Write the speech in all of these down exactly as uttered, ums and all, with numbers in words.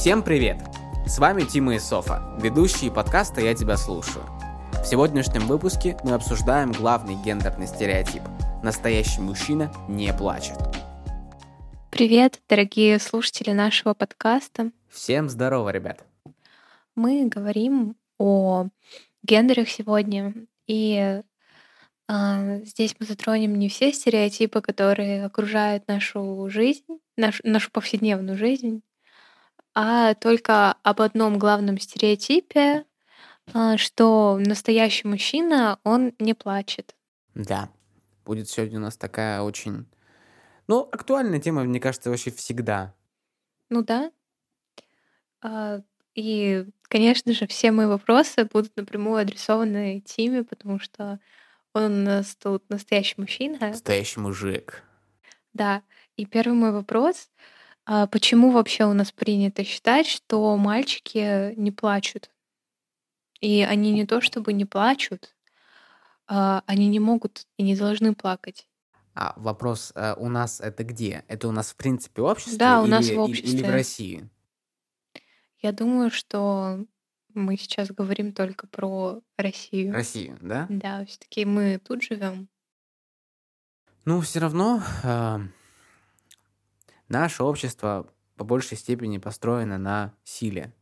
Всем привет! С вами Тима и Софа, ведущие подкаста «Я тебя слушаю». В сегодняшнем выпуске мы обсуждаем главный гендерный стереотип – настоящий мужчина не плачет. Привет, дорогие слушатели нашего подкаста. Всем здорово, ребят! Мы говорим о гендерах сегодня, и а, здесь мы затронем не все стереотипы, которые окружают нашу жизнь, наш- нашу повседневную жизнь, а только об одном главном стереотипе, а, что настоящий мужчина, он не плачет. Да, будет сегодня у нас такая очень, ну, актуальная тема, мне кажется, вообще всегда. Ну да. А, И, конечно же, все мои вопросы будут напрямую адресованы Тиме, потому что он у нас тут настоящий мужчина. Настоящий мужик. Да. И первый мой вопрос: а почему вообще у нас принято считать, что мальчики не плачут? И они не то чтобы не плачут, а, они не могут и не должны плакать. А вопрос, э, у нас это где? Это у нас в принципе в обществе Да, у нас или, в или, или в обществе. России? Я думаю, что мы сейчас говорим только про Россию. Россию, да? Да, все-таки мы тут живем. Ну, все равно э, наше общество по большей степени построено на силе,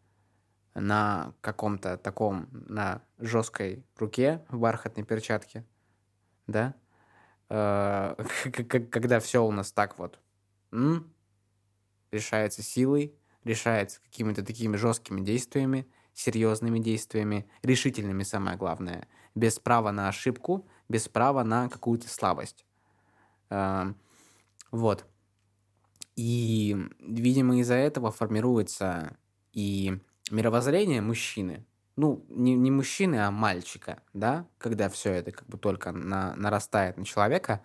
на каком-то таком, на жесткой руке в бархатной перчатке, да? Э, к- к- Когда все у нас так вот м, решается силой, решается какими-то такими жесткими действиями, серьезными действиями, решительными, самое главное, без права на ошибку, без права на какую-то слабость. Э, Вот. И, видимо, из-за этого формируется и мировоззрение мужчины. Ну, не, не мужчины, а мальчика, да, когда все это как бы только на- нарастает на человека.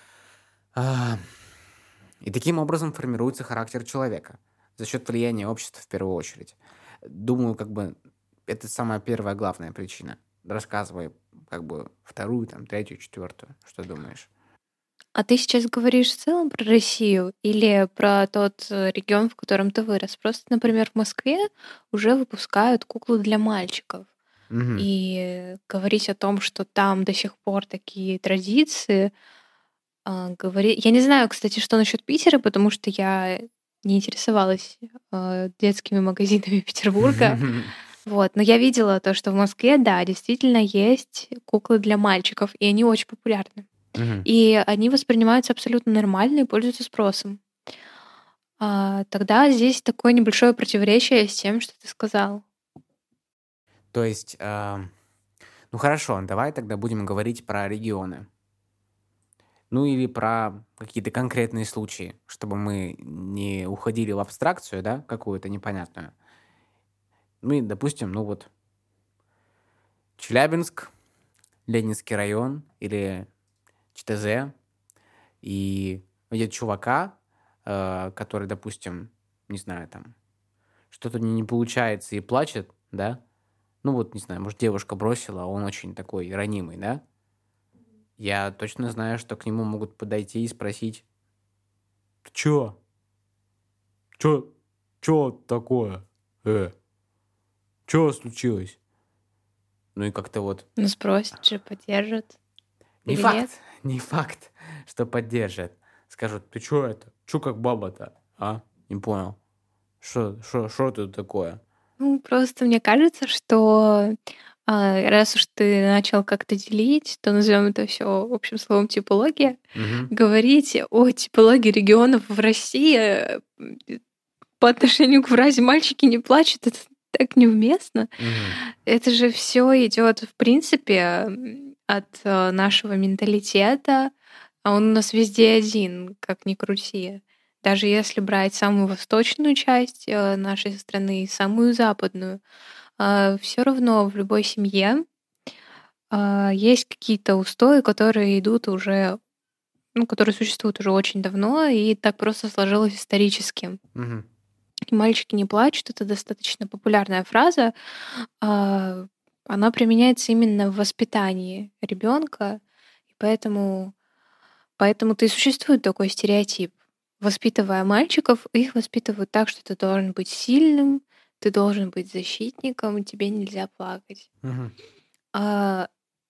А, И таким образом формируется характер человека за счет влияния общества в первую очередь. Думаю, как бы это самая первая главная причина. Рассказывай как бы вторую, там, третью, четвертую. Что думаешь? А ты сейчас говоришь в целом про Россию или про тот э, регион, в котором ты вырос? Просто, например, в Москве уже выпускают куклы для мальчиков. Мгм. И говорить о том, что там до сих пор такие традиции, а, говори... Я не знаю, кстати, что насчет Питера, потому что я не интересовалась э, детскими магазинами Петербурга. Вот, но я видела то, что в Москве, да, действительно есть куклы для мальчиков, и они очень популярны. Мгм. И они воспринимаются абсолютно нормально и пользуются спросом. А, тогда здесь такое небольшое противоречие с тем, что ты сказал. То есть, а, ну хорошо, давай тогда будем говорить про регионы. Ну или про какие-то конкретные случаи, чтобы мы не уходили в абстракцию, да, какую-то непонятную. Мы, допустим, ну вот Челябинск, Ленинский район или ЧТЗ, и видят чувака, э, который, допустим, не знаю, там, что-то не не получается и плачет, да, ну вот, не знаю, может, девушка бросила, а он очень такой ранимый, да, я точно знаю, что к нему могут подойти и спросить: «Ты чё? Чё? Чё такое? Э, чё случилось?» Ну и как-то вот Ну, спросят же, поддержат не или факт, нет. не факт, что поддержат. Скажут: «Ты чё это? Чё как баба-то, а? Не понял. Что, что, что тут такое?» Ну, просто мне кажется, что а, раз уж ты начал как-то делить, то назовем это все общим словом типология. Мгм. Говорить о типологии регионов в России э, м, по отношению к фразе «мальчики не плачут», это так неуместно. Мгм. Это же все идет, в принципе, м, от э, нашего менталитета, а он у нас везде один, как ни крути. Даже если брать самую восточную часть э, нашей страны и самую западную, все равно в любой семье а, есть какие-то устои, которые идут уже, ну, которые существуют уже очень давно, и так просто сложилось исторически. Мгм. И «мальчики не плачут» — это достаточно популярная фраза. А, Она применяется именно в воспитании ребенка, и поэтому, поэтому-то и существует такой стереотип. воспитывая мальчиков, их воспитывают так, что ты должен быть сильным, ты должен быть защитником, тебе нельзя плакать. Мгм. А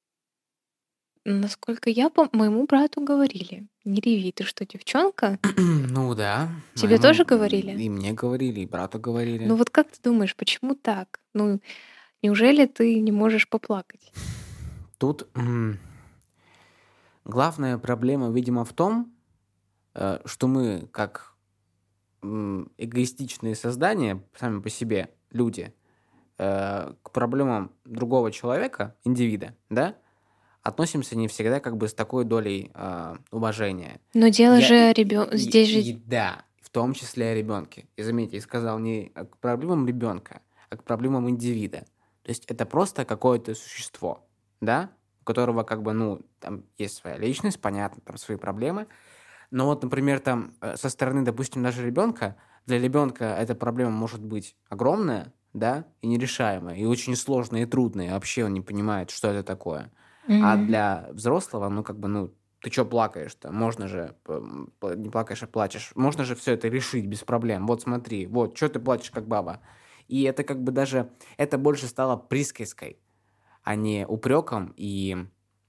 насколько я пом моему брату говорили: "Не реви, ты что, девчонка?" Ну да, Тебе моему тоже м, говорили? и мне говорили, и брату Ну говорили. вот как ты думаешь, почему так? Ну, неужели ты не можешь поплакать? Тут м, главная проблема, видимо, в том, э, что мы, как м, эгоистичные создания, сами по себе, люди, э, к проблемам другого человека, индивида, да, относимся не всегда как бы с такой долей а, уважения. Но дело Я и, же и, ребё и, здесь же и да, в том числе о ребенке. И заметьте, я сказал не а, к проблемам ребенка, а к проблемам индивида. То есть это просто какое-то существо, да, у которого как бы, ну, там есть своя личность, понятно, там свои проблемы. Но вот, например, там э, со стороны, допустим, даже ребенка, для ребенка эта проблема может быть огромная, да, и нерешаемая, и очень сложная, и трудная, и вообще он не понимает, что это такое. А Мгм. для взрослого, ну, как бы, ну, ты чё плакаешь-то? Можно же, п- м, п- не плакаешь, а плачешь. Можно же все это решить без проблем. Вот смотри, вот, что ты плачешь, как баба. И это как бы даже, это больше стало присказкой, а не упреком и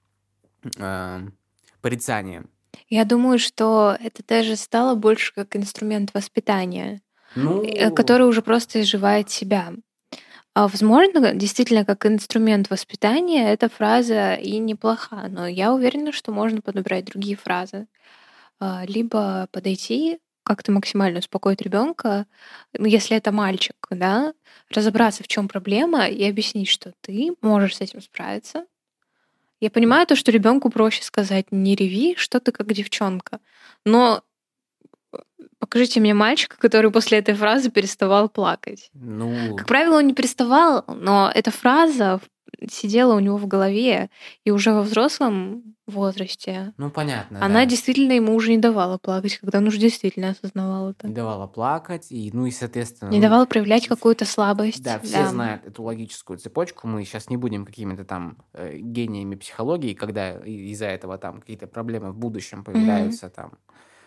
э, порицанием. Я думаю, что это даже стало больше как инструмент воспитания, э, Ну, который уже просто изживает себя. А возможно, действительно, как инструмент воспитания эта фраза и неплоха, но я уверена, что можно подобрать другие фразы. А, либо подойти, как-то максимально успокоить ребенка, ну, если это мальчик, да, разобраться, в чем проблема, и объяснить, что ты можешь с этим справиться. Я понимаю то, что ребенку проще сказать: "Не реви, что ты как девчонка". Но покажите мне мальчика, который после этой фразы переставал плакать. ну, Как правило, он не переставал, но эта фраза в сидела у него в голове, и уже во взрослом возрасте ну, понятно, она да. действительно ему уже не давала плакать, когда он уже действительно осознавал Не это. давала плакать, и, ну, и, соответственно, Не ну, давала проявлять в- в- какую-то слабость, да, все да. знают эту логическую цепочку. Мы сейчас не будем какими-то там э, гениями психологии, когда и- из-за этого там какие-то проблемы в будущем Мгм. появляются там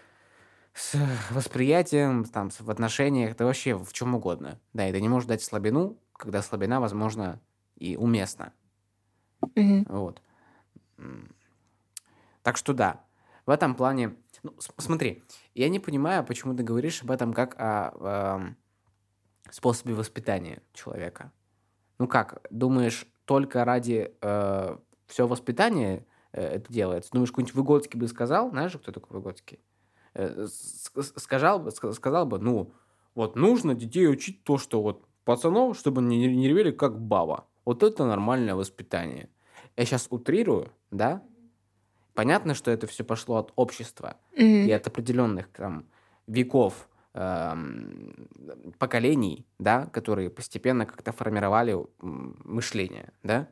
с восприятием, там, с- в отношениях, да вообще в чем угодно. Да, и ты не можешь дать слабину, когда слабина, возможно, и уместна. Мгм. Вот. М, Так что да, в этом плане... Ну, с- смотри, я не понимаю, почему ты говоришь об этом как о ам, способе воспитания человека. Ну как, думаешь, только ради э, все воспитание э, это делается? Думаешь, какой-нибудь Выгодский бы сказал, знаешь же, кто такой Выгодский? Э, с- с- сказал бы, ска- сказал бы, ну, вот нужно детей учить то, что вот пацанов, чтобы они не, не ревели, как баба. Вот это нормальное воспитание. Я сейчас утрирую, да? Понятно, что это все пошло от общества и Мгм. от определенных там веков, эм, поколений, да, которые постепенно как-то формировали м, мышление, да.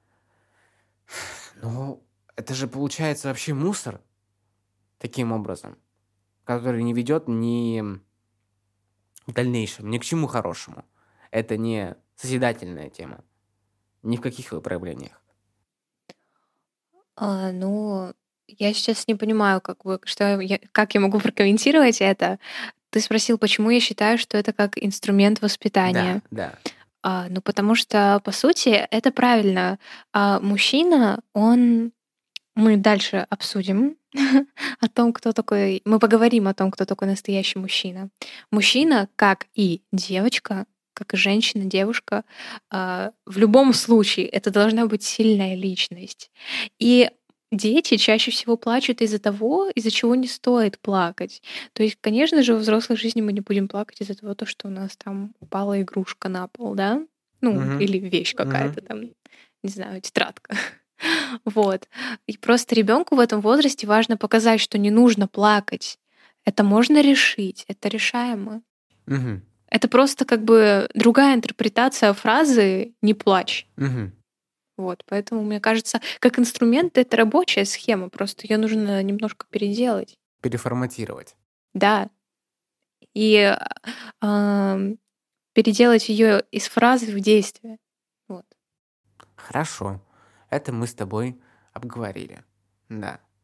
Но это же получается вообще мусор таким образом, который не ведет ни в дальнейшем ни к чему хорошему. Это не созидательная тема ни в каких ее проявлениях. А, ну, я сейчас не понимаю, как бы, что я как я могу прокомментировать это. Ты спросил, почему я считаю, что это как инструмент Да, воспитания. да. А, ну, потому что, по сути, это правильно. А, мужчина, он мы дальше обсудим о том, кто такой мы поговорим о том, кто такой настоящий мужчина. Мужчина, как и девочка, как и женщина, девушка, а, в любом случае это должна быть сильная личность. И дети чаще всего плачут из-за того, из-за чего не стоит плакать. То есть, конечно же, во взрослой жизни мы не будем плакать из-за того, то, что у нас там упала игрушка на пол, да? Ну, Мгм. или вещь какая-то Мгм. там, не знаю, тетрадка. Вот. И просто ребенку в этом возрасте важно показать, что не нужно плакать. Это можно решить, это решаемо. Мгм. Это просто как бы другая интерпретация фразы "не плачь". Мгм. Вот, поэтому, мне кажется, как инструмент это рабочая схема, просто ее нужно немножко переделать. Переформатировать. Да, и, а, ам, переделать ее из фразы в действие. Вот. Хорошо. Это мы с тобой обговорили. Да.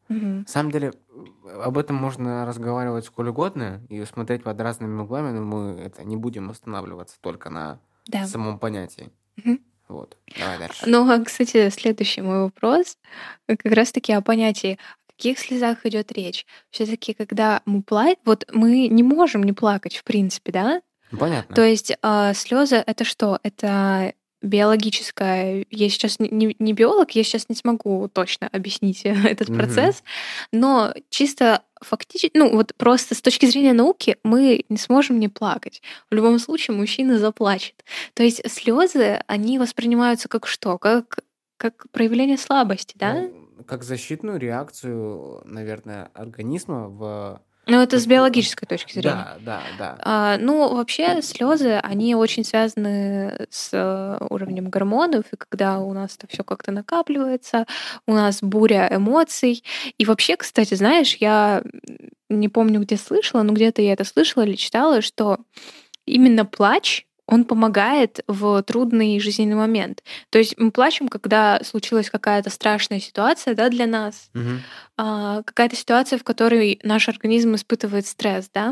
Мгм. На самом деле, э, об этом можно разговаривать сколь угодно и смотреть под разными углами, но мы это не будем останавливаться только на Да. самом понятии. Мгм. Вот. Давай дальше. Ну, а, кстати, следующий мой вопрос э, как раз-таки о понятии. О каких слезах идет речь? Все-таки, когда мы плачем, вот мы не можем не плакать, в принципе, да? Ну, То понятно. есть а, слезы это что? Это биологическое. Я сейчас не, не- не биолог, я сейчас не смогу точно объяснить этот Мгм. процесс, но чисто фактически, ну вот просто с точки зрения науки мы не сможем не плакать. В любом случае мужчина заплачет. То есть слезы, они воспринимаются как что? Как, как проявление слабости, да? Ну, как защитную реакцию, наверное, организма в Ну, это с таку- биологической точки зрения. Да, да, да. А, ну, вообще слезы, они очень связаны с э, уровнем гормонов, и когда у нас это все как-то накапливается, у нас буря эмоций. И вообще, кстати, знаешь, я м, не помню, где слышала, но где-то я это слышала или читала, что именно плач, он помогает в трудный жизненный момент. То есть мы плачем, когда случилась какая-то страшная ситуация, да, для нас, Мгм. а, какая-то ситуация, в которой наш организм испытывает стресс, да.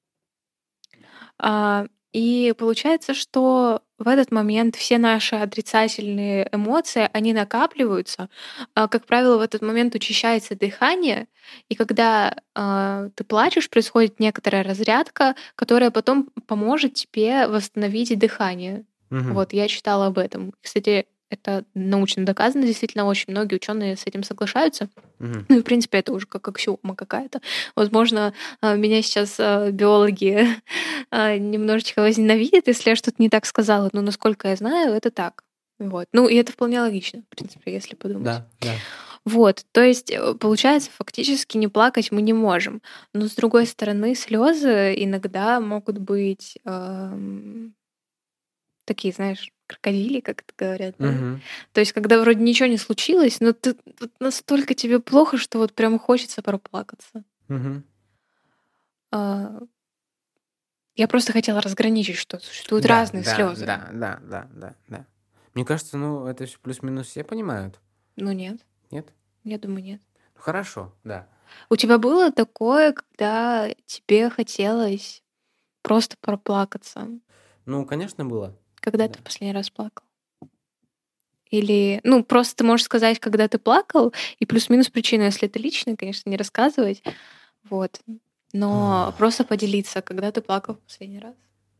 А, и получается, что в этот момент все наши отрицательные эмоции, они накапливаются. А, как правило, в этот момент учащается дыхание, и когда а, ты плачешь, происходит некоторая разрядка, которая потом поможет тебе восстановить дыхание. Мгм. Вот, я читала об этом. Кстати, это научно доказано, действительно, очень многие ученые с этим соглашаются. Мгм. Ну и, в принципе, это уже как аксиома какая-то. Возможно, а, меня сейчас а, биологи а, немножечко возненавидят, если я что-то не так сказала, но, насколько я знаю, это так. Вот. Ну, и это вполне логично, в принципе, если подумать. Да, да. Вот, то есть, э, получается, фактически не плакать мы не можем. Но, с другой стороны, слезы иногда могут быть ам, такие, знаешь, крокодили, как это говорят, да? Мгм. То есть, когда вроде ничего не случилось, но ты вот настолько тебе плохо, что вот прям хочется проплакаться. Мгм. А, я просто хотела разграничить, что существуют Да, разные да, слезы. да, да, да, да, да. Мне кажется, ну, это всё плюс-минус все понимают. Ну нет, Нет? я думаю, нет. Ну, хорошо, да. У тебя было такое, когда тебе хотелось просто проплакаться? Ну, конечно, было. Когда ты Да. в последний раз плакал? Или, ну, просто ты можешь сказать, когда ты плакал, и плюс-минус причину, если это личное, конечно, не рассказывать. Вот. Но просто поделиться, когда ты плакал в последний раз.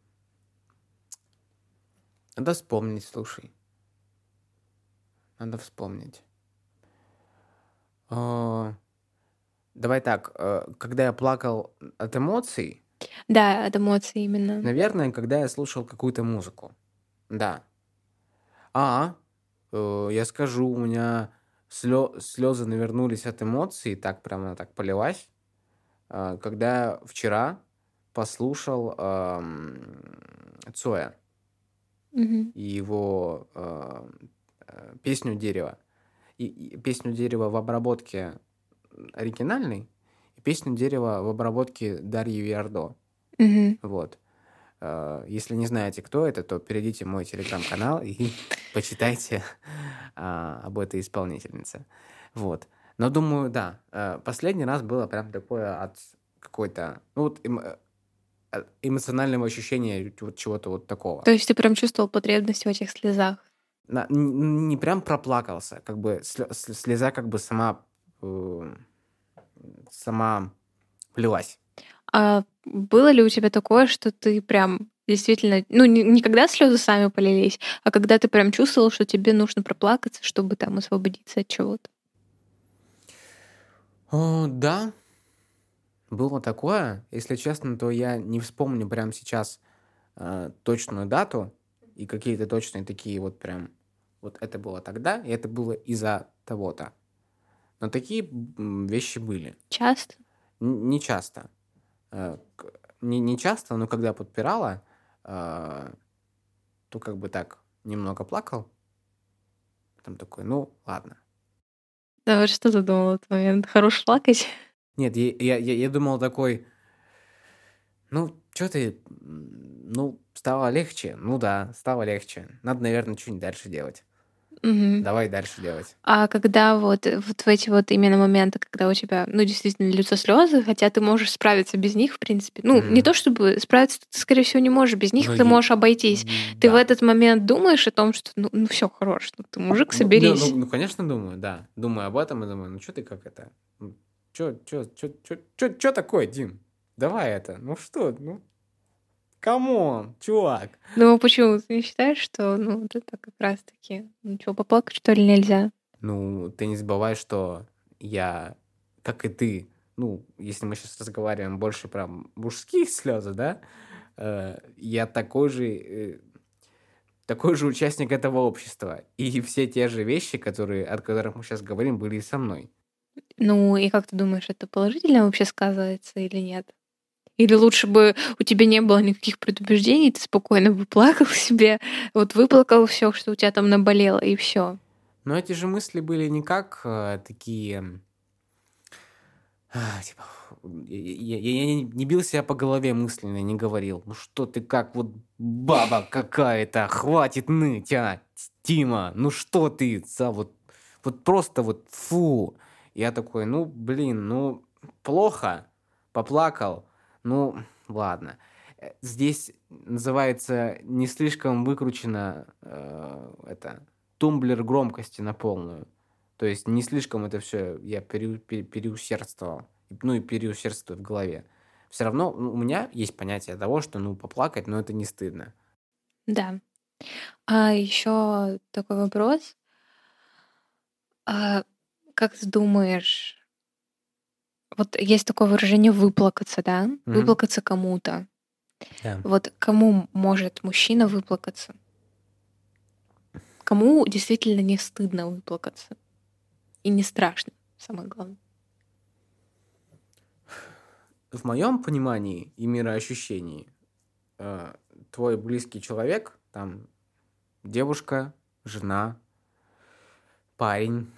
Надо вспомнить, слушай. Надо вспомнить. А, давай так, э, когда я плакал от эмоций, Да, от эмоций именно. наверное, когда я слушал какую-то музыку. Да. А, э, я скажу, у меня слезы навернулись от эмоций, так прямо так полилась, а, когда вчера послушал ам, Цоя Мгм. и его а, э, песню «Дерево». И, и песню «Дерево» в обработке оригинальной, и песню «Дерево» в обработке Дарьи Виардо. Мгм. Вот. А, Если не знаете, кто это, то перейдите в мой телеграм-канал и почитайте а, об этой исполнительнице. Вот. Но думаю, да, э, последний раз было прям такое от какой-то, ну вот эмо- э, э, эмоционального ощущения вот чего-то вот такого. То есть ты прям чувствовал потребность в этих слезах? На- н- не прям проплакался, как бы слё- с- слеза как бы сама э, сама влилась. А было ли у тебя такое, что ты прям действительно, ну, не, не когда слезы сами полились, а когда ты прям чувствовал, что тебе нужно проплакаться, чтобы там освободиться от чего-то? О, да, было такое. Если честно, то я не вспомню прямо сейчас э, точную дату и какие-то точные такие вот прям вот это было тогда, и это было из-за того-то. Но такие м, вещи были. Часто? Н- Не часто. Э, к- Не, не часто, но когда подпирала, э, то как бы так немного плакал. Потом такой, ну, ладно. Да, вот что ты думал в этот момент? Хорош плакать? Нет, я, я, я я думал такой, ну, что ты, м, ну, стало легче. Ну да, стало легче. Надо, наверное, что-нибудь дальше делать. Мгм. Давай дальше делать. А когда вот, э, вот в эти вот именно моменты, когда у тебя, ну, действительно льются слезы, хотя ты можешь справиться без них, в принципе. Ну, не то Мгм. чтобы справиться, ты, скорее всего, не можешь без них, Ну, ты е- можешь обойтись. м, Ты в да. этот момент думаешь о том, что ну, ну все, хорош, ну ты мужик, Ну, не, ну, соберись. ну, конечно, думаю, да. Думаю об этом и думаю, ну, что ты как это? Ну, Чё, чё, чё, чё, чё, чё такое, Дим? Давай это. Ну что, ну, камон, чувак. Ну, а почему ты не считаешь, что ну вот это как раз-таки, ну что, поплакать что ли нельзя? Ну, ты не забывай, что я, как и ты, ну, если мы сейчас разговариваем больше про мужские слезы, да, э, я такой же, э, такой же участник этого общества. И все те же вещи, которые, от которых мы сейчас говорим, были и со мной. Ну, и как ты думаешь, это положительно вообще сказывается или нет? Или лучше бы у тебя не было никаких предубеждений, ты спокойно бы плакал себе, вот выплакал все, что у тебя там наболело, и все. Но эти же мысли были не как э, такие, а, типа, я, я- я не не бил себя по голове мысленно, не говорил, ну что ты как вот баба какая-то, хватит ныть, а, Тима, ну что ты, за вот, вот просто вот фу. Я такой, ну блин, ну плохо, поплакал, ну ладно. Э, Здесь называется не слишком выкручено э, это тумблер громкости на полную. То есть не слишком это все я переу- пе- переусердствовал. Ну и переусердствую в голове. Все равно ну, у меня есть понятие того, что ну поплакать, но это не стыдно. Да. А еще такой вопрос. А как ты думаешь, вот есть такое выражение выплакаться, да? Мгм. Выплакаться кому-то. Да. Вот кому может мужчина выплакаться? Кому действительно не стыдно выплакаться? И не страшно, самое главное. В моем понимании и мироощущении э, твой близкий человек, там девушка, жена, парень,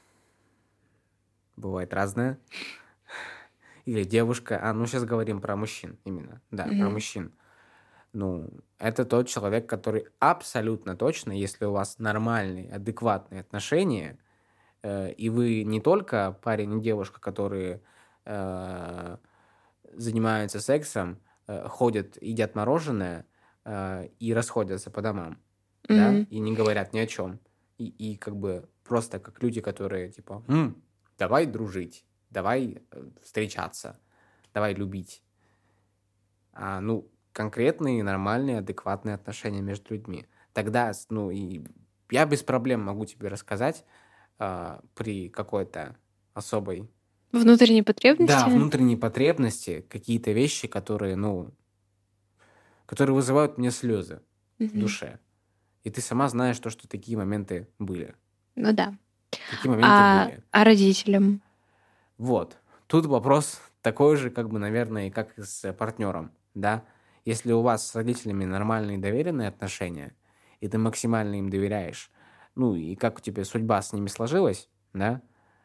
бывает разное, или девушка, а ну сейчас говорим про мужчин именно, да, про Мгм. мужчин. Ну, это тот человек, который абсолютно точно, если у вас нормальные, адекватные отношения, э, и вы не только парень и девушка, которые э, занимаются сексом, э, ходят, едят мороженое э, и расходятся по домам, да, Мгм. и не говорят ни о чем. И, и как бы просто как люди, которые типа, «М, давай дружить, давай э, встречаться, давай любить. А, ну, конкретные, нормальные, адекватные отношения между людьми. Тогда, с- ну, и я без проблем могу тебе рассказать а, при какой-то особой, Внутренние да, потребности? внутренней потребности какие-то вещи, которые, ну, которые вызывают мне слезы в Мгм. душе. И ты сама знаешь то, что такие моменты были. Ну да. Такие моменты А, были. а родителям? Вот. Тут вопрос такой же, как бы, наверное, и как и с партнером, да. Если у вас с родителями нормальные доверенные отношения, и ты максимально им доверяешь, ну и как у тебя судьба с ними сложилась, да,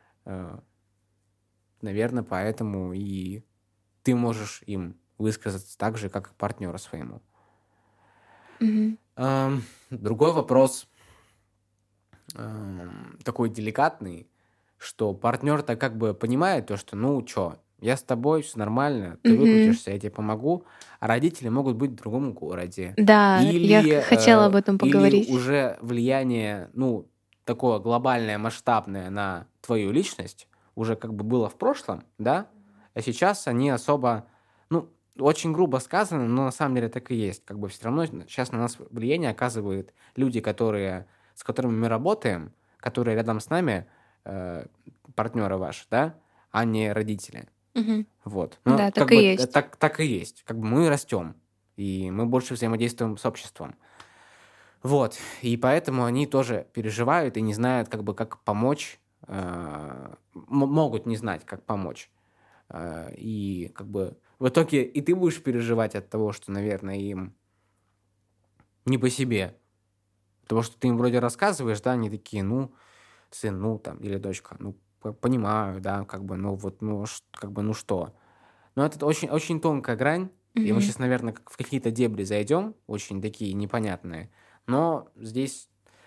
наверное, поэтому и ты можешь им высказаться так же, как и партнеру своему. Мгм. Ам, Другой вопрос, ам, такой деликатный, что партнер-то как бы понимает то, что ну чё, я с тобой, все нормально, ты Мгм. выкрутишься, я тебе помогу, а родители могут быть в другом городе. Да, я Или, х- хотела э, об этом или поговорить. уже влияние, ну, такое глобальное, масштабное на твою личность уже как бы было в прошлом, да, а сейчас они особо, ну, очень грубо сказано, но на самом деле так и есть. Как бы все равно сейчас на нас влияние оказывают люди, которые с которыми мы работаем, которые рядом с нами, э, партнеры ваши, да, а не родители. Мгм. Вот. Но Да, так как и бы э, есть. так, так и есть. Как бы мы растем, и мы больше взаимодействуем с обществом. Вот. И поэтому они тоже переживают и не знают, как бы, как помочь, э, м- могут не знать, как помочь. Э, И как бы в итоге и ты будешь переживать от того, что, наверное, им не по себе. Потому что ты им вроде рассказываешь, да, они такие, ну, сын, ну, там, или дочка, ну, п- понимаю, да, как бы, ну, вот, ну, ш- как бы, ну, что. Но это очень, очень тонкая грань, и мы Мгм. сейчас, наверное, в какие-то дебри зайдем, очень такие непонятные, но здесь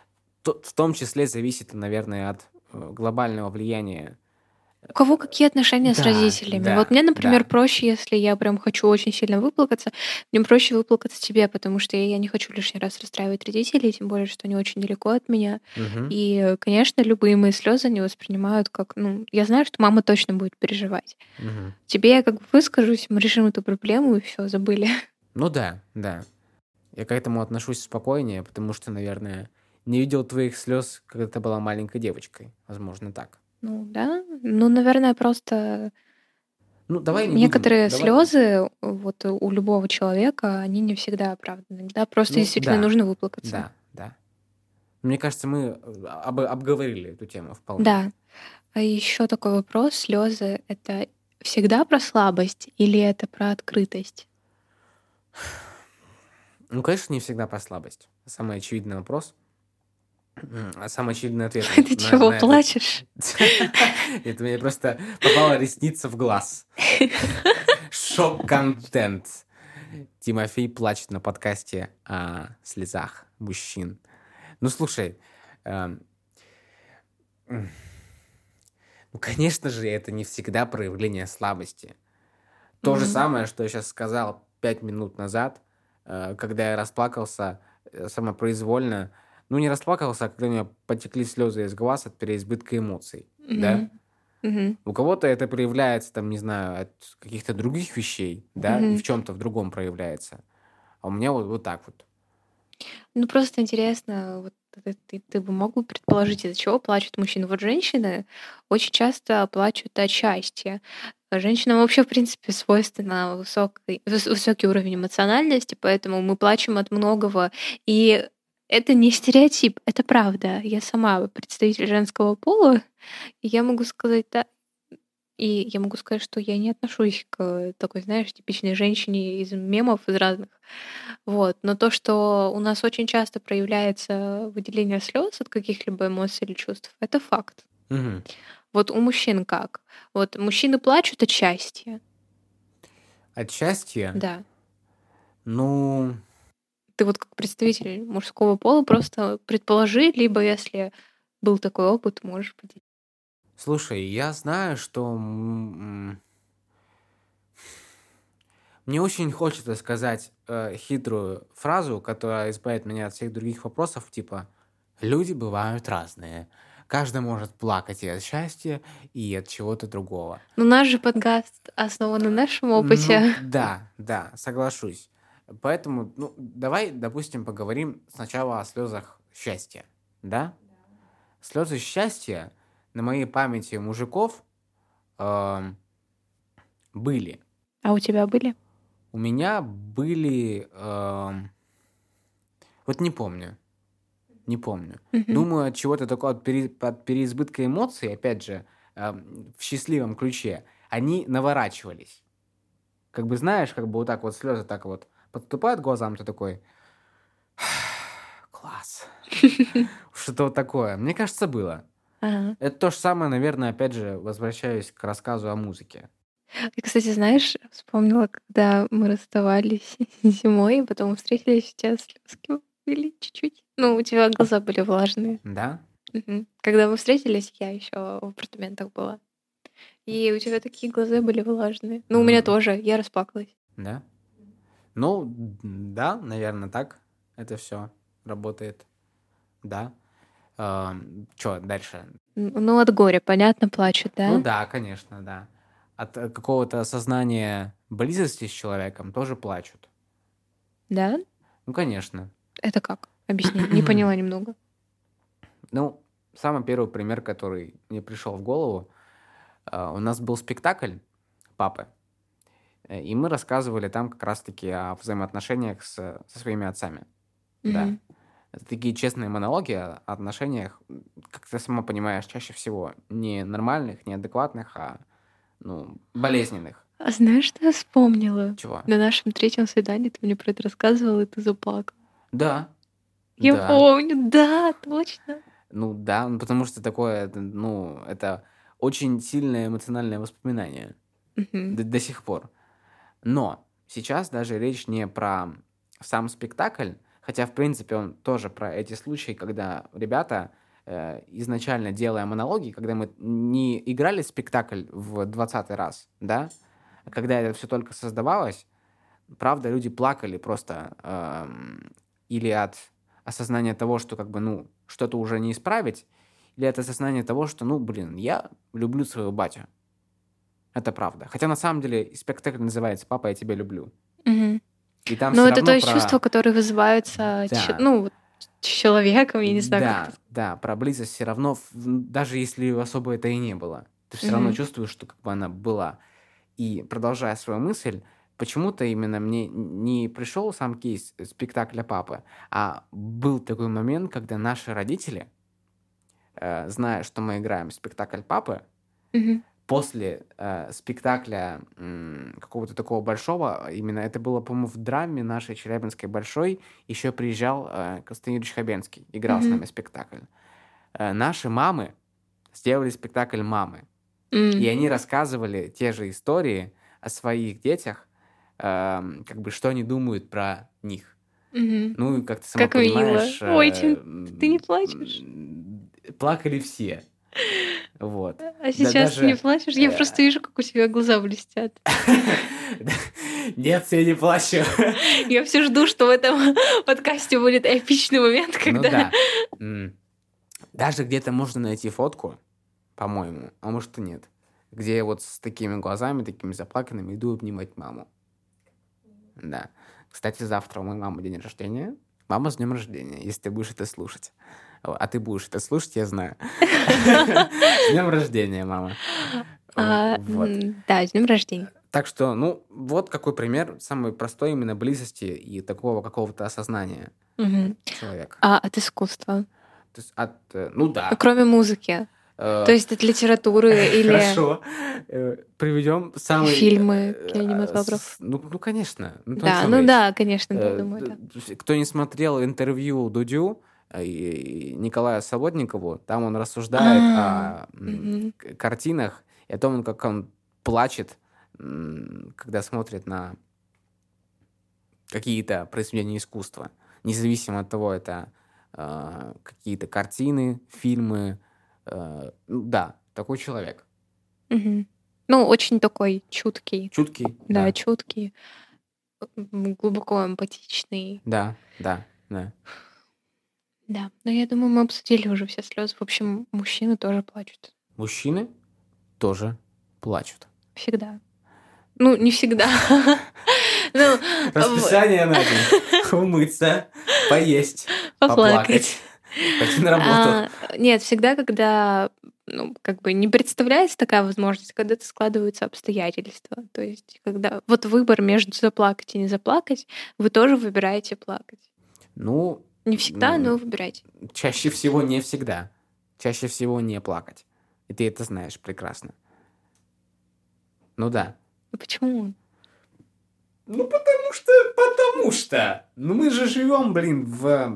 то- в том числе зависит, наверное, от э, глобального влияния. У кого какие отношения с Да, родителями? Вот да, мне, например, да. проще, если я прям хочу очень сильно выплакаться, мне проще выплакаться тебе, потому что я не хочу лишний раз расстраивать родителей, тем более, что они очень далеко от меня. Мгм. И, конечно, любые мои слезы они воспринимают как, ну, я знаю, что мама точно будет переживать. Мгм. Тебе я как бы выскажусь, мы решим эту проблему, и все, забыли. Ну да, да. Я к этому отношусь спокойнее, потому что, наверное, не видел твоих слез, когда ты была маленькой девочкой. Возможно, так. Ну да, ну, наверное, просто Ну, давай не будем. некоторые Давай. слезы вот у любого человека, они не всегда оправданы. Да, просто Ну, действительно да, нужно выплакаться. да, да. Мне кажется, мы э, об- обговорили эту тему вполне. Да. А еще такой вопрос: слезы это всегда про слабость или это про открытость? Ну, конечно, не всегда про слабость. Самый очевидный вопрос. М, А самый очевидный ответ на, Ты на- чего, на этот... плачешь? Это мне просто попала ресница в глаз. Шок-контент. Тимофей плачет на подкасте о слезах мужчин. Ну, слушай, эм, м, ну, конечно же, это не всегда проявление слабости. То же Мгм. самое, что я сейчас сказал пять минут назад, э, когда я расплакался э, самопроизвольно. Ну, не расплакался, а когда у меня потекли слезы из глаз от переизбытка эмоций, да? Мгм. Мгм. У кого-то это проявляется, там, не знаю, от каких-то других вещей, да, и Мгм. в чем-то в другом проявляется. А у меня вот, вот так вот. Ну, просто интересно, вот ты, ты, ты бы мог бы предположить, из-за чего плачут мужчины? Вот женщины очень часто плачут от счастья. А Женщинам вообще, в принципе, свойственно высокий, выс- высокий уровень эмоциональности, поэтому мы плачем от многого. И это не стереотип, это правда. Я сама представитель женского пола, и я могу сказать, да, и я могу сказать, что я не отношусь к такой, знаешь, типичной женщине из мемов, из разных. Вот. Но то, что у нас очень часто проявляется выделение слез от каких-либо эмоций или чувств, это факт. Мгм. Вот у мужчин как? Вот мужчины плачут от счастья. От счастья, Да. ну, Ты вот как представитель мужского пола просто предположи, либо если был такой опыт, можешь поделиться. слушай, я знаю, что м, м, мне очень хочется сказать э, хитрую фразу, которая избавит меня от всех других вопросов, типа «люди бывают разные». Каждый может плакать и от счастья, и от чего-то другого. Но наш же подкаст основан на нашем Ну, опыте. да, да, соглашусь. Поэтому, ну, давай, допустим, поговорим сначала о слезах счастья, да? Слезы счастья на моей памяти мужиков эм, были. А у тебя были? У меня были... эм, вот не помню, не помню. Мгм. Думаю, от чего-то такого, от, пере- от переизбытка эмоций, опять же, эм, в счастливом ключе, они наворачивались. Как бы знаешь, как бы вот так вот слезы так вот подступают к глазам, ты такой, класс. Что-то вот такое. Мне кажется, было. Ага. Это то же самое, наверное, опять же, возвращаюсь к рассказу о музыке. И, кстати, знаешь, вспомнила, когда мы расставались зимой, и потом встретились, у тебя слезки были чуть-чуть. Ну, у тебя глаза были влажные. Да? Мгм. Когда мы встретились, я еще в апартаментах была. И у тебя такие глаза были влажные. Ну, у меня М, тоже. Я расплакалась. Да? Ну, м, да, наверное, так это все работает. Да. Что дальше? Н- Ну, от горя, понятно, плачут, Ну да? да, конечно, да. От э, какого-то осознания близости с человеком тоже плачут. Да? Ну, конечно. Это как? Объясни. Не поняла немного. Ну, самый первый пример, который мне пришел в голову, а, у нас был спектакль папы, э, и мы рассказывали там как раз-таки о взаимоотношениях с, со своими отцами. Да. Мгм. Это такие честные монологи о отношениях, м, как ты сама понимаешь, чаще всего не нормальных, не адекватных, а ну, болезненных. А знаешь, что я вспомнила? Чего? На нашем третьем свидании ты мне про это рассказывала, и ты заплакала. Да, Я да. помню, да, точно. Ну да, ну, потому что такое, это, ну, это очень сильное эмоциональное воспоминание Мгм. до, до сих пор. Но сейчас даже речь не про сам спектакль, Хотя, в принципе, он тоже про эти случаи, когда ребята, э, изначально делая монологи, когда мы не играли спектакль в двадцатый раз, да, а когда это все только создавалось, правда, люди плакали просто эм, или от осознания того, что как бы, ну, что-то уже не исправить, или от осознания того, что, ну, блин, я люблю своего батю. Это правда. Хотя на самом деле спектакль называется «Папа, я тебя люблю». Мгм. И там Ну, все это то равно есть чувства, про... которые вызываются, ч- Да, ну, вот человеком, я не знаю, как это. да, да, про близость все равно, в- даже если особо это и не было, ты все равно Мгм. чувствуешь, что как бы она была. И продолжая свою мысль, почему-то именно мне не пришел сам кейс спектакля папы, а был такой момент, когда наши родители, э, зная, что мы играем в спектакль папы, Мгм. после э, спектакля м, какого-то такого большого, именно это было, по-моему, в драме нашей Челябинской большой, еще приезжал э, Константин Юрьевич Хабенский, играл с Мгм. нами спектакль. Э, наши мамы сделали спектакль «Мамы», и М. они рассказывали те же истории о своих детях, эм, как бы что они думают про них. Мгм. Ну, и как ты сама Как мило. понимаешь, Очень. э, Ты не м, плачешь? м, плакали все. Вот. А Да, сейчас ты не даже... плачешь? Я э, просто вижу, как у тебя глаза блестят. Нет, я не плачу. Я все жду, что в этом подкасте будет эпичный момент, Ну когда... да. М. Даже где-то можно найти фотку, по-моему, а может и нет, где я вот с такими глазами, такими заплаканными иду обнимать маму. Да. Кстати, завтра у моей мамы день рождения. Мама, с днем рождения, если ты будешь это слушать. О, А ты будешь это слушать, я знаю. С днем рождения, мама. А, Вот. м, да, с днем рождения. Так что, ну, вот какой пример самой простой именно близости и такого какого-то осознания Мгм. человека. А от искусства? То есть от... э, Ну Ну, да. кроме музыки. Э, То есть от литературы или Хорошо. Э, Приведем самый... фильмы, э, кинематограф? с- Ну, ну, конечно. Ну, то о Да, чем ну речь? да, конечно, да, Э, думаю, д- да. д- Кто не смотрел интервью Дудю э, и Николая Солодникову, там он рассуждает А, о м, мгм. к- картинах и о том, как он плачет, м, когда смотрит на какие-то произведения искусства. Независимо от того, это э, какие-то картины, фильмы. э, ну Да, такой человек. Мгм. Ну, очень такой чуткий, Чуткий, да, да. чуткий, м, глубоко эмпатичный. Да, да, да. Да, но я думаю, мы обсудили уже все слезы. В общем, мужчины тоже плачут. Мужчины тоже плачут. Всегда. Ну, не всегда. Ну, в- Расписание на день. Умыться, поесть, поплакать. поплакать, пойти на работу. А, Нет, всегда, когда ну, как бы не представляется такая возможность, когда это складываются обстоятельства. То есть, когда вот выбор между заплакать и не заплакать, вы тоже выбираете плакать. Ну, Не всегда, м, но выбирайте. чаще всего не всегда. Чаще всего не плакать. И ты это знаешь прекрасно. Ну да. Ну, почему? Ну, потому что, потому что. Ну, мы же живем, блин, в...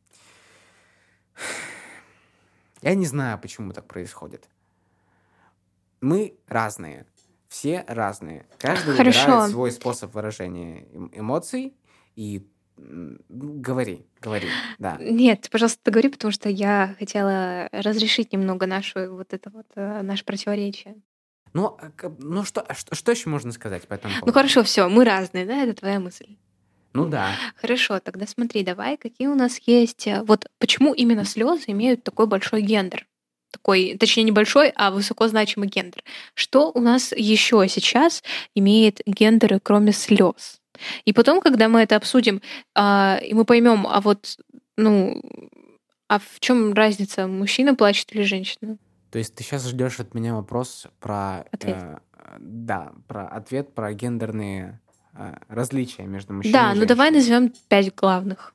Я не знаю, почему так происходит. Мы разные. Все разные. Каждый выбирает Хорошо. свой способ выражения эм- эмоций. И м, говори, говори, да. Нет, ты, пожалуйста, договори, потому что я хотела разрешить немного нашу вот это вот э, наше противоречие. Ну, а ка- ну что, а что, что еще можно сказать по этому Ну поводу? хорошо, все, мы разные, да, это твоя мысль. Ну да. Хорошо, тогда смотри, давай, какие у нас есть... э, Вот почему именно слезы имеют такой большой гендер? Такой, точнее, не большой, а высоко значимый гендер. Что у нас еще сейчас имеет гендеры, кроме слез? И потом, когда мы это обсудим, а, и мы поймем, а вот, ну, а в чем разница, мужчина плачет или женщина? То есть ты сейчас ждешь от меня вопрос про... Ответ. э, э, да, про ответ про гендерные э, различия между мужчиной Да, и ну давай женщиной. назовем пять главных.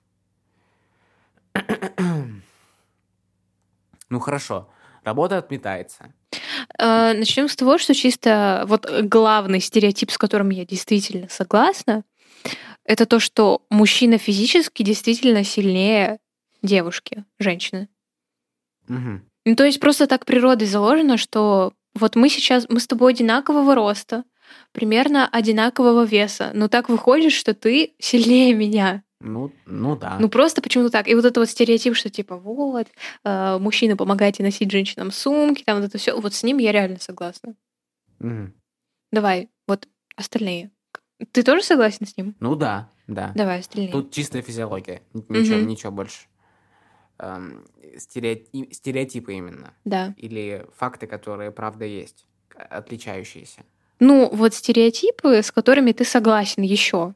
Ну хорошо. Работа отметается. Э, Начнем с того, что чисто вот главный стереотип, с которым я действительно согласна, это то, что мужчина физически действительно сильнее девушки, женщины. Мгм. Ну, то есть просто так природой заложено, что вот мы сейчас, мы с тобой одинакового роста, примерно одинакового веса, но так выходит, что ты сильнее меня. Ну, ну да. Ну, просто почему-то так. И вот это вот стереотип, что типа вот, э, мужчины, помогайте носить женщинам сумки, там вот это все. Вот с ним я реально согласна. Мгм. Давай, вот остальные. Ты тоже согласен с ним? Ну да, да. Давай остальные. Тут чистая физиология. Н- Ничего, Мгм. ничего больше. Эм, стереоти- Стереотипы именно. Да. Или факты, которые правда есть, к- отличающиеся. Ну, вот стереотипы, с которыми ты согласен еще.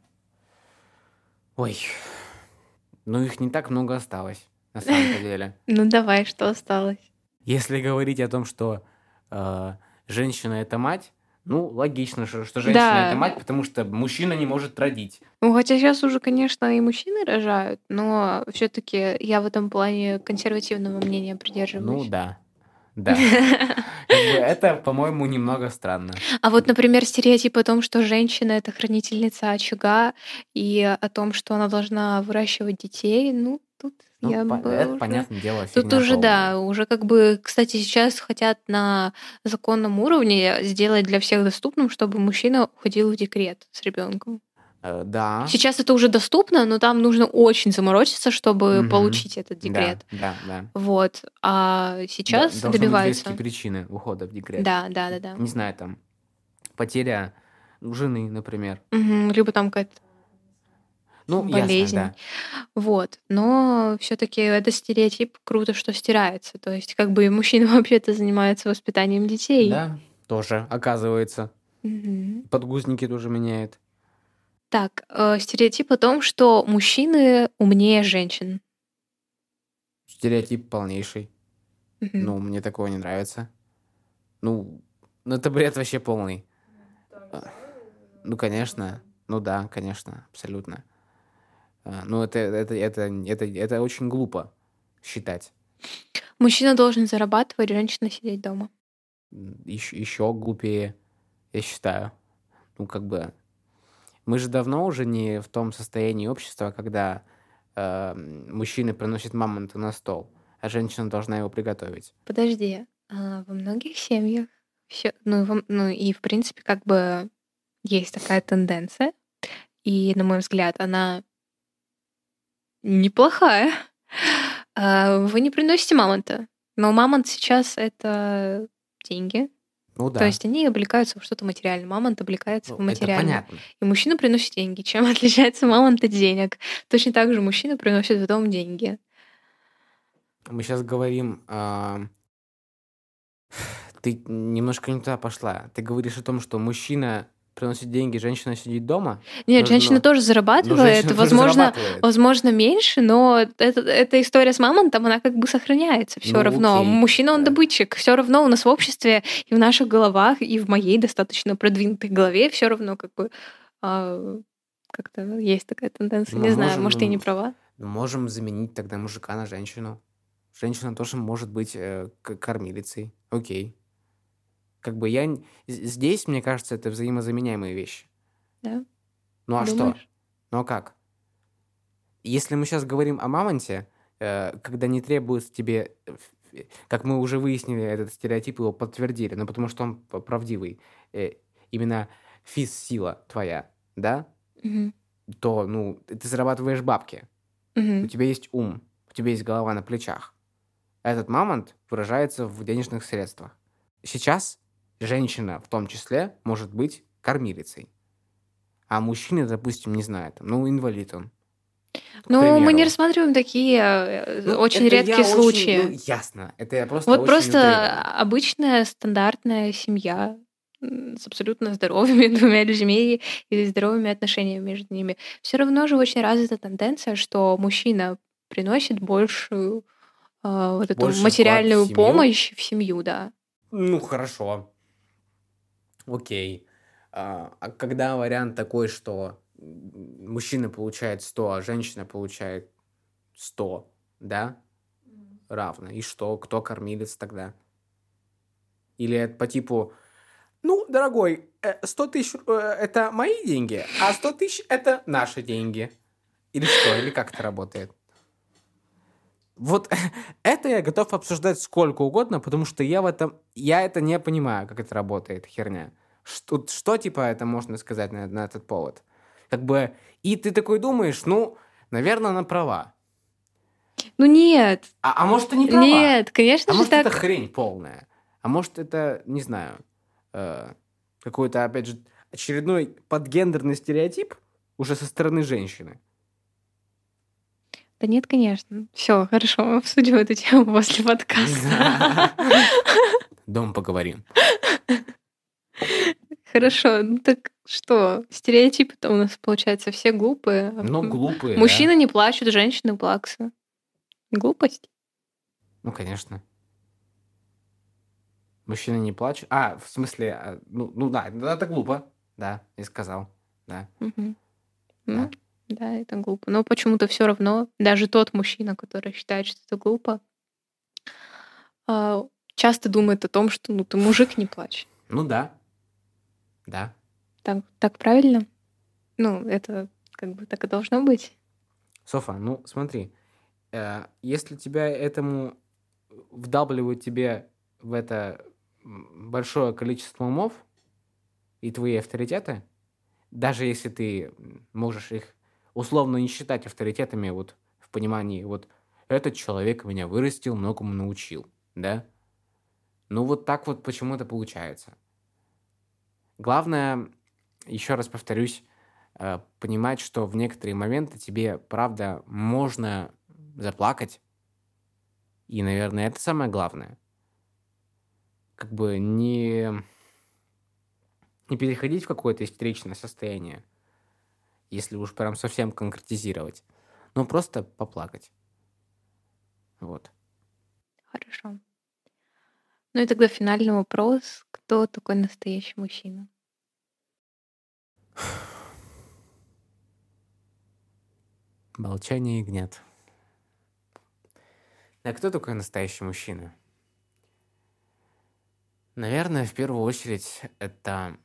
Ой, ну их не так много осталось, на самом-то деле. Ну, давай, что осталось? Если говорить о том, что э, женщина это мать, ну, логично, что, что женщина это Да. мать, потому что мужчина не может родить. Ну, хотя сейчас уже, конечно, и мужчины рожают, но все-таки я в этом плане консервативного мнения Ну придерживаюсь. да, да. Как бы это, по-моему, немного странно. А вот, например, стереотип о том, что женщина — это хранительница очага, и о том, что она должна выращивать детей, ну, тут Ну, я по- бы это, уже... понятное дело, Тут фигня уже, полная. да, уже как бы, кстати, сейчас хотят на законном уровне сделать для всех доступным, чтобы мужчина уходил в декрет с ребенком. Э, да. Сейчас это уже доступно, но там нужно очень заморочиться, чтобы Мгм. получить этот Да, декрет. да, да. Вот. А Да, сейчас должны быть веские добиваются. причины ухода в декрет. Да, да, да, да. Не знаю, там, потеря жены, например. Мгм. Либо там какая-то Ну, ясно, болезнь. да. Вот. Но все-таки это стереотип круто, что стирается. То есть, как бы и мужчина вообще-то занимается воспитанием детей. Да, тоже, оказывается. Мгм. Подгузники тоже меняет. Так, э, стереотип о том, что мужчины умнее женщин. Стереотип полнейший. Мгм. Ну, мне такого не нравится. Ну, ну это бред вообще полный. А, Ну, конечно. Ну да, конечно, абсолютно. А, Ну, это, это, это, это, это очень глупо считать. Мужчина должен зарабатывать, женщина сидеть дома. Еще, еще глупее, я считаю. Ну, как бы, мы же давно уже не в том состоянии общества, когда э, мужчина приносит мамонта на стол, а женщина должна его приготовить. Подожди, а во многих семьях всё- ну, во- ну и в принципе как бы есть такая тенденция, и на мой взгляд она неплохая. А, Вы не приносите мамонта, но мамонт сейчас это деньги, Ну то да, есть они облекаются во что-то материальное. Мамонт облекается в ну, это материальное. понятно. И мужчина приносит деньги. Чем отличается мамонт от денег? Точно так же мужчина приносит в дом деньги. Мы сейчас говорим, а, ты немножко не туда пошла. Ты говоришь о том, что мужчина приносит деньги, женщина сидит дома, Нет, но, женщина но, тоже но зарабатывает, женщина тоже возможно, зарабатывает. возможно, меньше, но это, эта история с мамонтом, она как бы сохраняется все Ну, равно. окей. Мужчина, он Э, добытчик. Все равно у нас в обществе и в наших головах, и в моей достаточно продвинутой голове все равно как бы а, как-то есть такая тенденция. Мы Не знаю, можем, может, я не ну, права. мы можем заменить тогда мужика на женщину. Женщина тоже может быть э, к- кормилицей. Окей. Как бы я... н- з- Здесь, мне кажется, это взаимозаменяемые вещи. Да? Ну а что? Думаешь? Ну а как? Если мы сейчас говорим о мамонте, э, когда не требуется тебе, э, ф- э, как мы уже выяснили, этот стереотип его подтвердили, но потому что он п- правдивый, э, именно физ-сила твоя, да, Мгм. то, ну, ты зарабатываешь бабки, у Мгм. тебя есть ум, у тебя есть голова на плечах. А этот мамонт выражается в денежных средствах. Сейчас женщина, в том числе, может быть кормилицей, а мужчина, допустим, не знаю, там, ну, инвалид он, к Ну, мы не примеру. рассматриваем такие э, Ну, очень это я редкие очень, случаи. ну, ясно. Это я просто Вот очень просто утрированно. обычная стандартная семья м, с абсолютно здоровыми двумя людьми и здоровыми отношениями между ними. Все равно же очень развита тенденция, что мужчина приносит большую а, вот эту Больше вклад в материальную семью? помощь в семью, да. Ну, хорошо. Окей. А, а когда вариант такой, что м, мужчина получает сто, а женщина получает сто, да, равно. И что? Кто кормилец тогда? Или это по типу, ну, дорогой, э, сто тысяч э, это мои деньги, а сто тысяч это наши деньги. Или что? Или как это работает? Вот это я готов обсуждать сколько угодно, потому что я в этом, я это не понимаю, как это работает, херня. Что, что типа это можно сказать на, на этот повод? Как бы, и ты такой думаешь, ну, Наверное, она права. Ну нет. А, а может, и не права? Нет, конечно а же может, так. это хрень полная? А может, это, не знаю, э, какой-то, опять же, очередной подгендерный стереотип уже со стороны женщины? Да нет, конечно. Все, хорошо, мы обсудим эту тему после подкаста. Дом поговорим. Хорошо, ну так что, стереотипы-то у нас, получается, все глупые. Ну, М, глупые, Мужчины да. не плачут, женщины плаксы. Глупость? Ну, конечно. Мужчины не плачут. А, в смысле, а, ну, ну да, ну, это глупо. Да, я сказал. Да, Мгм. да. Ну, да, это глупо. Но почему-то все равно, даже тот мужчина, который считает, что это глупо, а, часто думает о том, что ну ты мужик, не плачь. Ну да. Да. Так, так правильно? Ну, это как бы так и должно быть. Софа, ну смотри, э, если тебя этому вдалбливают тебе в это м, большое количество умов и твои авторитеты, даже если ты м, можешь их условно не считать авторитетами вот в понимании вот этот человек меня вырастил, многому научил, да? Ну вот так вот почему-то получается. Главное, еще раз повторюсь, э, понимать, что в некоторые моменты тебе, правда, можно заплакать. И, наверное, это самое главное. Как бы не, не переходить в какое-то истеричное состояние, если уж прям совсем конкретизировать. Но просто поплакать. Вот. Хорошо. Ну и тогда финальный вопрос. Кто такой настоящий мужчина? Молчание ягнят. А кто такой настоящий мужчина? Наверное, в первую очередь, это...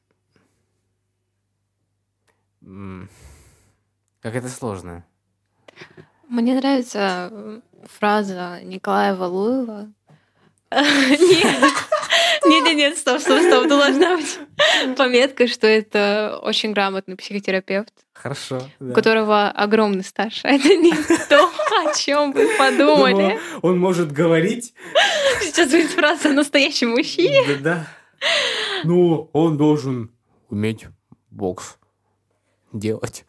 м, Как это сложно. Мне нравится э, фраза Николая Валуева. Нет, нет, нет, нет, стоп, стоп, стоп, должна быть пометка, что это очень грамотный психотерапевт, Хорошо, у да. которого огромный стаж. Это не то, о чем вы подумали. Думаю, он может говорить. Сейчас будет фраза о настоящем мужчине. Да, да. Ну, он должен уметь бокс делать.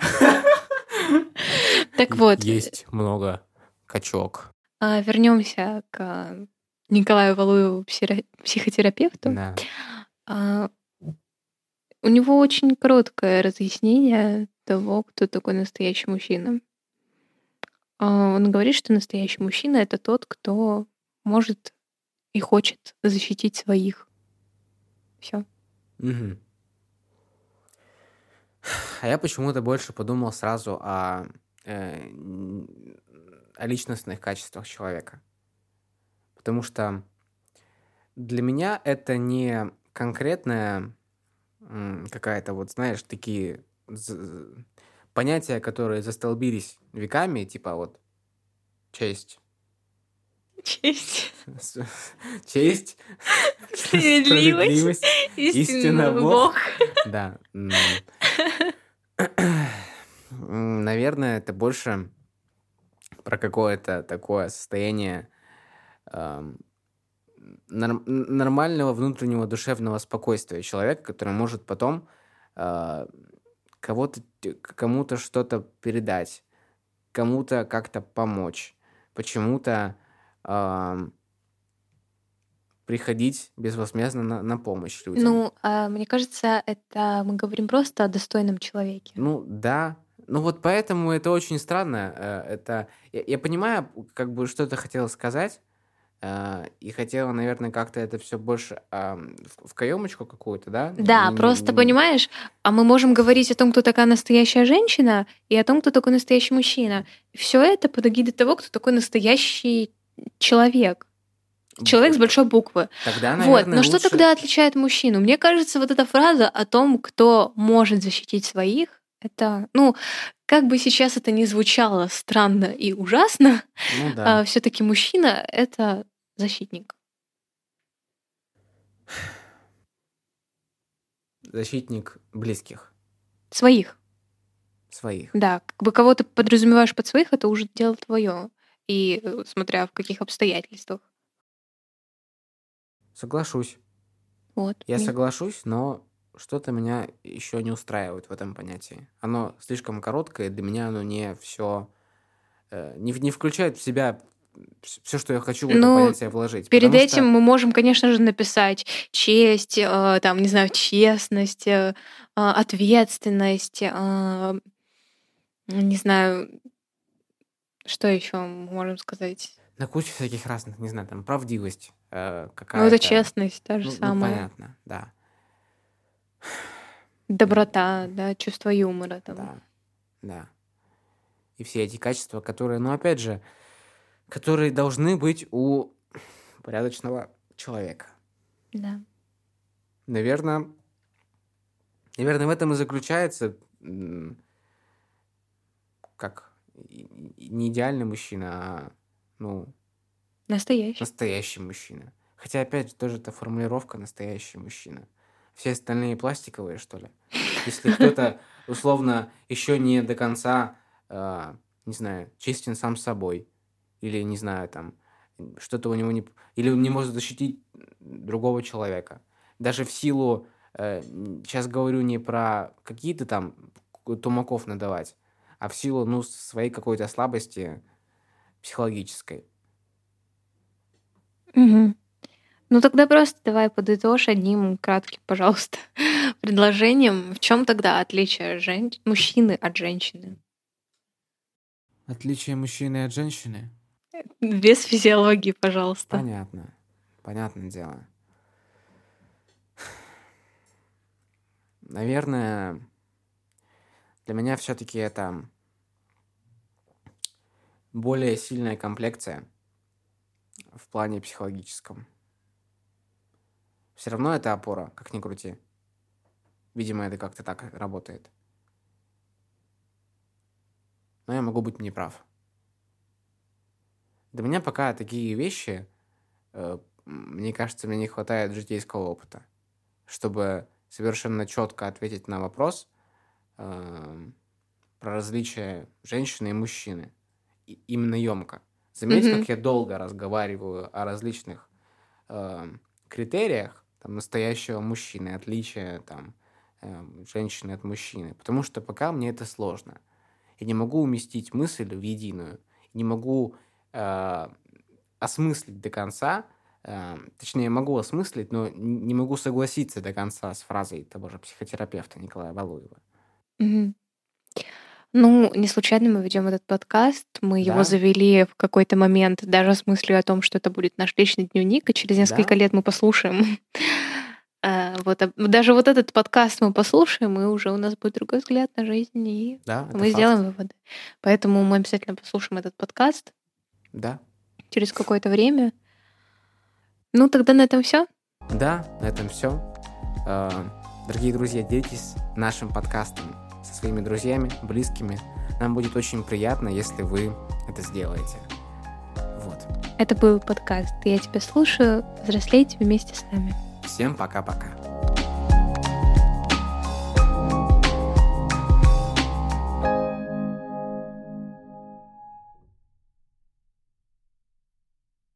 Так И вот, Есть много качок. а, вернемся к Николаю Валуеву, псиро- психотерапевту. Да. А, У него очень короткое разъяснение того, кто такой настоящий мужчина. А, Он говорит, что настоящий мужчина — это тот, кто может и хочет защитить своих. Все. Мгм. А я почему-то больше подумал сразу о, э, н- о личностных качествах человека. Потому что для меня это не конкретная м, какая-то вот, знаешь, такие з- понятия, которые застолбились веками, типа вот честь, Честь, с- честь, справедливость, справедливость, истина, истинный Бог. Бог. Да. м, м, Наверное, это больше про какое-то такое состояние ам, норм- н- нормального внутреннего душевного спокойствия человека, который может потом а, кого-то, т- кому-то что-то передать, кому-то как-то помочь, почему-то ам, приходить безвозмездно на, на помощь людям. Ну, а, мне кажется, это мы говорим просто о достойном человеке. Ну да, ну вот поэтому это очень странно. э, Это я, я понимаю, как бы что ты хотела сказать, э, и хотела, наверное, как-то это все больше ам, в, в каемочку какую-то, да? Да, Не, не, просто не- понимаешь, а мы можем говорить о том, кто такая настоящая женщина, и о том, кто такой настоящий мужчина. Все это под эгидой того, кто такой настоящий человек. Человек с б- большой буквы. Тогда, Вот. наверное, Но что лучше. тогда отличает мужчину? Мне кажется, вот эта фраза о том, кто может защитить своих, это, ну, как бы сейчас это ни звучало странно и ужасно, Ну да. все-таки мужчина — это защитник Защитник близких. своих. своих. Да, как бы кого ты подразумеваешь под своих, это уже дело твое. И э, смотря в каких обстоятельствах. Соглашусь. Вот. Я Мне- соглашусь, но что-то меня еще не устраивает в этом понятии. Оно слишком короткое, для меня оно не все не, в- не включает в себя все, что я хочу в это Ну, понятие вложить. перед Потому этим что, мы можем, конечно же, написать честь, э, там, не знаю, честность, э, а, ответственность, а, не знаю, что еще мы можем сказать. на кучу всяких разных, не знаю, там, правдивость э, Ну, это какая-то. честность, та же Ну, ну, самая. понятно, да. Доброта, да, чувство юмора там. Да, да. И все эти качества, которые, ну, опять же, которые должны быть у порядочного человека. Да. Наверное, наверное, в этом и заключается, м, как и- и- не идеальный мужчина, а, ну, Настоящий. настоящий мужчина. Хотя, опять же, тоже эта формулировка «настоящий мужчина». Все остальные пластиковые, что ли? Если кто-то, условно, еще не до конца, а, не знаю, честен сам с собой, или, не знаю, там, что-то у него не... Или он не может защитить другого человека. Даже в силу... Сейчас говорю не про какие-то там тумаков надавать, а в силу, ну, своей какой-то слабости психологической. Мгм. Ну тогда просто давай подытожь одним кратким, пожалуйста, предложением. В чем тогда отличие жен... мужчины от женщины? Отличие мужчины от женщины? Без физиологии, пожалуйста. Понятно. Понятное дело. Наверное, для меня все-таки это более сильная комплекция в плане психологическом. Все равно это опора, как ни крути. Видимо, это как-то так работает. Но я могу быть неправ. Для меня пока такие вещи, э, мне кажется, мне не хватает житейского опыта, чтобы совершенно четко ответить на вопрос э, про различия женщины и мужчины. И именно емко. Заметь, Мгм. как я долго разговариваю о различных э, критериях там, настоящего мужчины, отличия там, э, женщины от мужчины. Потому что пока мне это сложно. Я не могу уместить мысль в единую. Не могу э, осмыслить до конца. Э, точнее, я могу осмыслить, но не могу согласиться до конца с фразой того же психотерапевта Николая Валуева. Мгм. Ну, не случайно мы ведем этот подкаст. Мы его Да, завели в какой-то момент даже с мыслью о том, что это будет наш личный дневник, и через несколько да, лет мы послушаем. э, Вот, а, даже вот этот подкаст мы послушаем, и уже у нас будет другой взгляд на жизнь, и да, это мы сделаем факт. выводы. Поэтому мы обязательно послушаем этот подкаст Да, через какое-то время. Ну, тогда на этом все. да, на этом все. Дорогие друзья, делитесь нашим подкастом со своими друзьями, близкими. Нам будет очень приятно, если вы это сделаете. Вот. Это был подкаст «Я тебя слушаю». Взрослейте вместе с нами. Всем пока-пока.